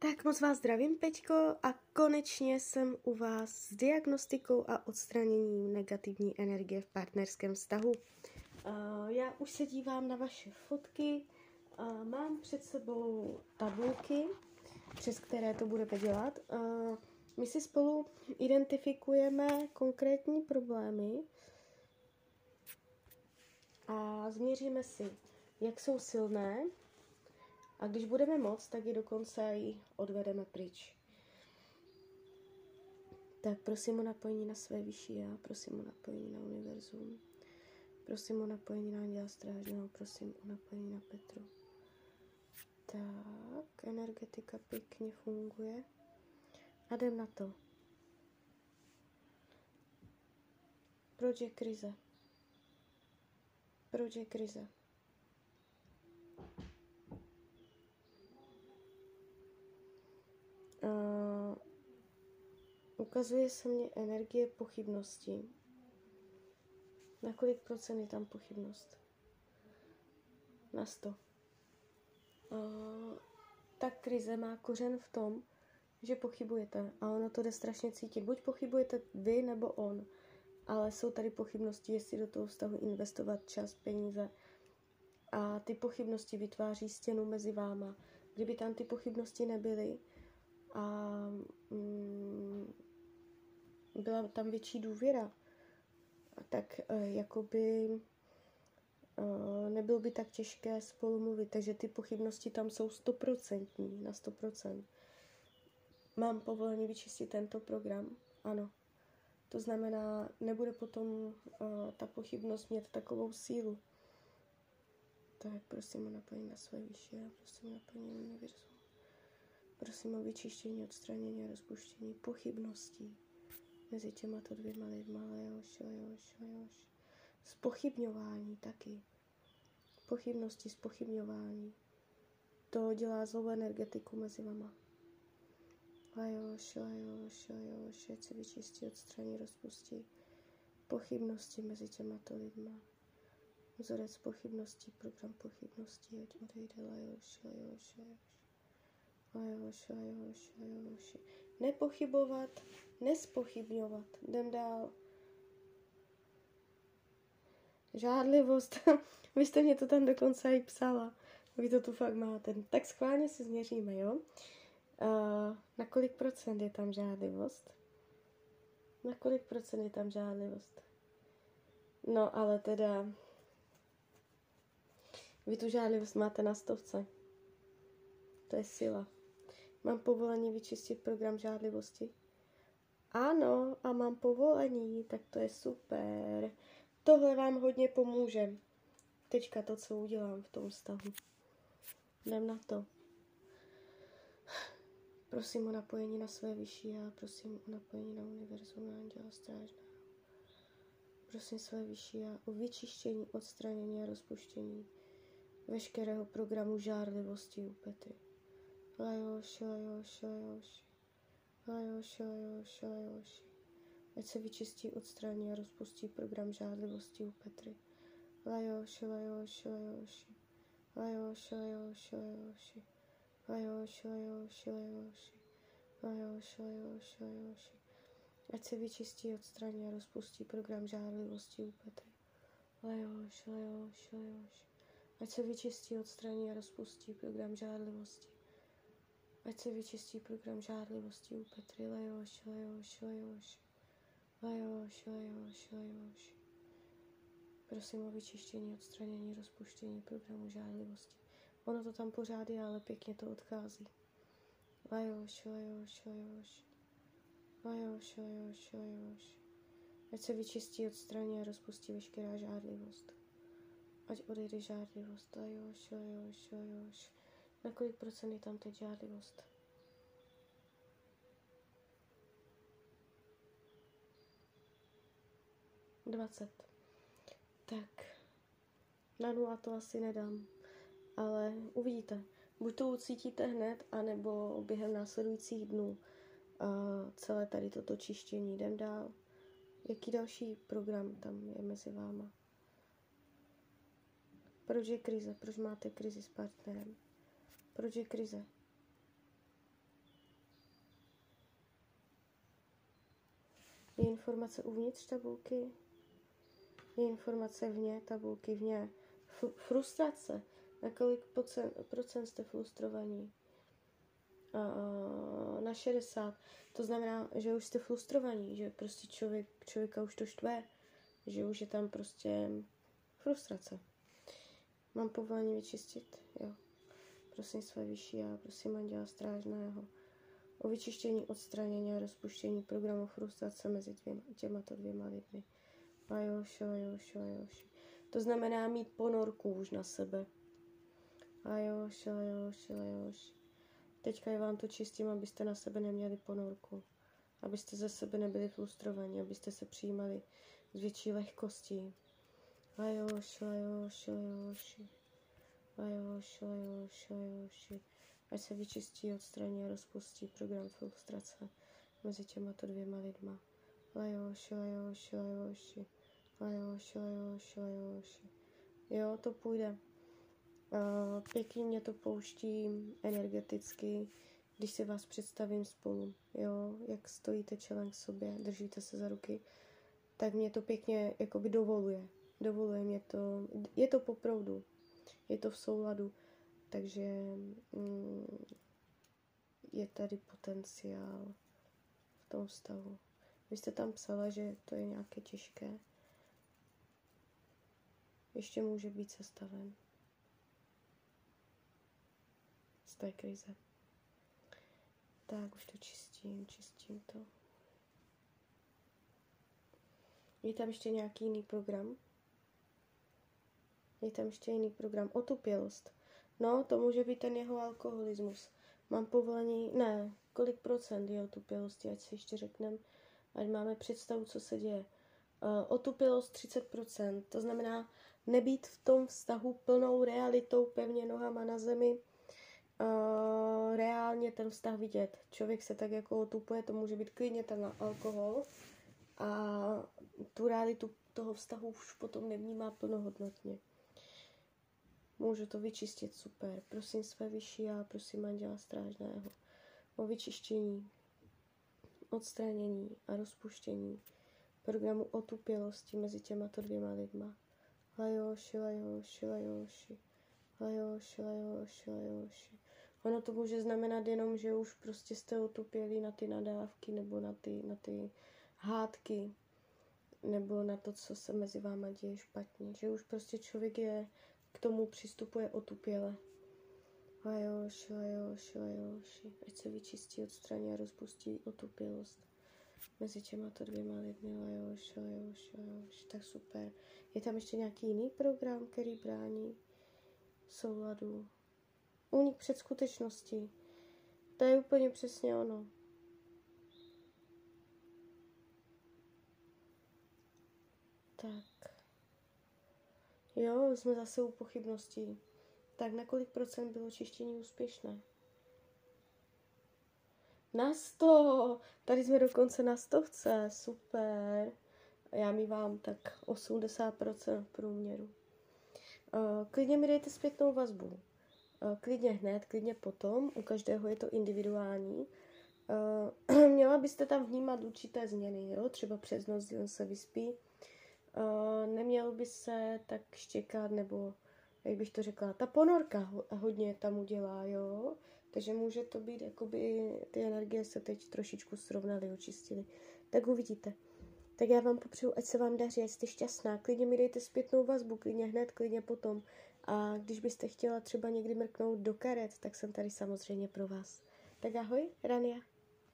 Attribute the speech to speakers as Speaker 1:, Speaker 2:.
Speaker 1: Tak moc vás zdravím, Peťko, a konečně jsem u vás s diagnostikou a odstraněním negativní energie v partnerském vztahu. Já už se dívám na vaše fotky, mám před sebou tabulky, přes které to budeme dělat. My si spolu identifikujeme konkrétní problémy a změříme si, jak jsou silné, a když budeme moc, tak je dokonce i odvedeme pryč. Tak prosím o napojení na své vyšší já, prosím o napojení na univerzum, prosím o napojení na Anděla Strážného, prosím o napojení na Petru. Tak, energetika pěkně funguje. A jdem na to. Proč je krize? Proč je krize? Ukazuje se mně energie pochybnosti. Na kolik procent je tam pochybnost? Na 100. Ta krize má kořen v tom, že pochybujete. A ono to jde strašně cítit. Buď pochybujete vy, nebo on. Ale jsou tady pochybnosti, jestli do toho vztahu investovat čas, peníze. A ty pochybnosti vytváří stěnu mezi váma. Kdyby tam ty pochybnosti nebyly a byla tam větší důvěra, tak jakoby nebylo by tak těžké spolu mluvit. Takže ty pochybnosti tam jsou 100%, na 100%. Mám povolení vyčistit tento program? Ano. To znamená, nebude potom ta pochybnost mít takovou sílu. Tak prosím o napojení na své vyšší a prosím o napojení na univerzum. Prosím o vyčištění, odstranění a rozpuštění pochybností mezi těmato dvěma lidma. Lejoš. Zpochybňování taky. Pochybnosti, zpochybňování. To dělá zlou energetiku mezi vama. Lejoš, ať se vyčistí, odstraní, rozpustí pochybnosti mezi těmato lidma. Vzorec pochybností, program pochybností, ať odejde. Lejoš. Nepochybovat, nespochybňovat. Jdem dál. Žádlivost. Vy jste mě to tam dokonce i psala. Vy to tu fakt máte. Tak schválně si změříme, jo? Na kolik procent je tam žádlivost? Na kolik procent je tam žádlivost? No, ale teda vy tu žádlivost máte na 100. To je síla. Mám povolení vyčistit program žádlivosti? Ano, a mám povolení, tak to je super. Tohle vám hodně pomůže. Teďka to, co udělám v tom vztahu. Jdem na to. Prosím o napojení na své vyšší já, prosím o napojení na univerzum, na Anděla Strážného. Prosím své vyšší já o vyčištění, odstranění a rozpuštění veškerého programu žárlivosti u Petry. Lejoš. Ať se vyčistí, odstraní a rozpustí program žádlivosti u Petry. Lejoš. Ať se vyčistí, odstraní a rozpustí program žádlivosti u Petry. Lejoš. Ať se vyčistí, odstraní a rozpustí program žádlivosti. Ať se vyčistí program žádlivosti u Petry. Lejoš. Prosím o vyčištění, odstranění, rozpuštění programu žádlivosti. Ono to tam pořád je, ale pěkně to odchází. Lejoš. Ať se vyčistí, odstraní a rozpustí veškerá žádlivost. Ať odejde žádlivost. Lejoš. Na kolik procent je tam teď žádlivost? 20. Tak. Na 0 to asi nedám. Ale uvidíte. Buď to ucítíte hned, anebo během následujících dnů. Celé tady toto čištění. Jdem dál. Jaký další program tam je mezi váma? Proč je krize? Proč máte krizi s partnerem? Proč je krize? Je informace uvnitř tabulky? Je informace vně tabulky, vně. Frustrace. Na kolik procent jste frustrovaní? Na 60. To znamená, že už jste frustrovaní, že prostě člověka už to štve, že už je tam prostě frustrace. Mám povolení vyčistit? Jo. Prosím své vyšší já, prosím Anděla Strážného o vyčištění, odstranění a rozpuštění programu frustrace mezi těmato dvěma lidmi. Ajoši. To znamená mít ponorku už na sebe. Ajoši. Teďka je vám to čistím, abyste na sebe neměli ponorku. Abyste ze sebe nebyli frustrovaní, abyste se přijímali s větší lehkostí. Ajoši. Ať se vyčistí, odstraní a rozpustí program frustrace mezi těmato dvěma lidma. Ajoši. Jo, to půjde. Pěkně mě to pouští energeticky, když si vás představím spolu, jo, jak stojíte čelem k sobě, držíte se za ruky, tak mě to pěkně jakoby dovoluje mě to, je to popravdu, je to v souladu, takže je tady potenciál v tom vztahu. Vy jste tam psala, že to je nějaké těžké, ještě může být sestaven. Z té krize. Tak, už to čistím to. Je tam ještě nějaký jiný program? Otupělost. No, to může být ten jeho alkoholismus. Mám povolení, ne, kolik procent je otupělosti, ať si ještě řekneme, ať máme představu, co se děje. Otupělost 30%, to znamená nebýt v tom vztahu plnou realitou, pevně nohama na zemi, reálně ten vztah vidět. Člověk se tak jako otupuje, to může být klidně ten alkohol a tu realitu toho vztahu už potom nevnímá plnohodnotně. Můžu to vyčistit, super. Prosím své vyšší já, prosím Anděla Strážného o vyčištění, odstranění a rozpuštění programu otupělosti mezi těmato dvěma lidma. Lajoši. Ono to může znamenat jenom, že už prostě jste otupěli na ty nadávky nebo na ty hádky nebo na to, co se mezi váma děje špatně. Že už prostě člověk k tomu přistupuje otupěle. Lajoši. Ať se vyčistí, odstraní a rozpustí otupělost mezi těmato dvěma lidmi. Lajoši. Tak super. Je tam ještě nějaký jiný program, který brání souladu? Únik před skutečností. To je úplně přesně ono. Tak. Jo, jsme zase u pochybností. Tak na kolik procent bylo čištění úspěšné? Na 100! Tady jsme dokonce na 100, super. Já mívám tak 80% v průměru. Klidně mi dejte zpětnou vazbu. Klidně hned, klidně potom. U každého je to individuální. Měla byste tam vnímat určité změny, jo? Třeba přes noc, kdy on se vyspí. Nemělo by se tak štěkat, nebo jak bych to řekla, ta ponorka hodně tam udělá, jo? Takže může to být, jakoby ty energie se teď trošičku srovnaly, očistily. Tak uvidíte. Tak já vám popřeju, ať se vám daří, ať jste šťastná. Klidně mi dejte zpětnou vazbu, klidně hned, klidně potom. A když byste chtěla třeba někdy mrknout do karet, tak jsem tady samozřejmě pro vás. Tak ahoj, Rania.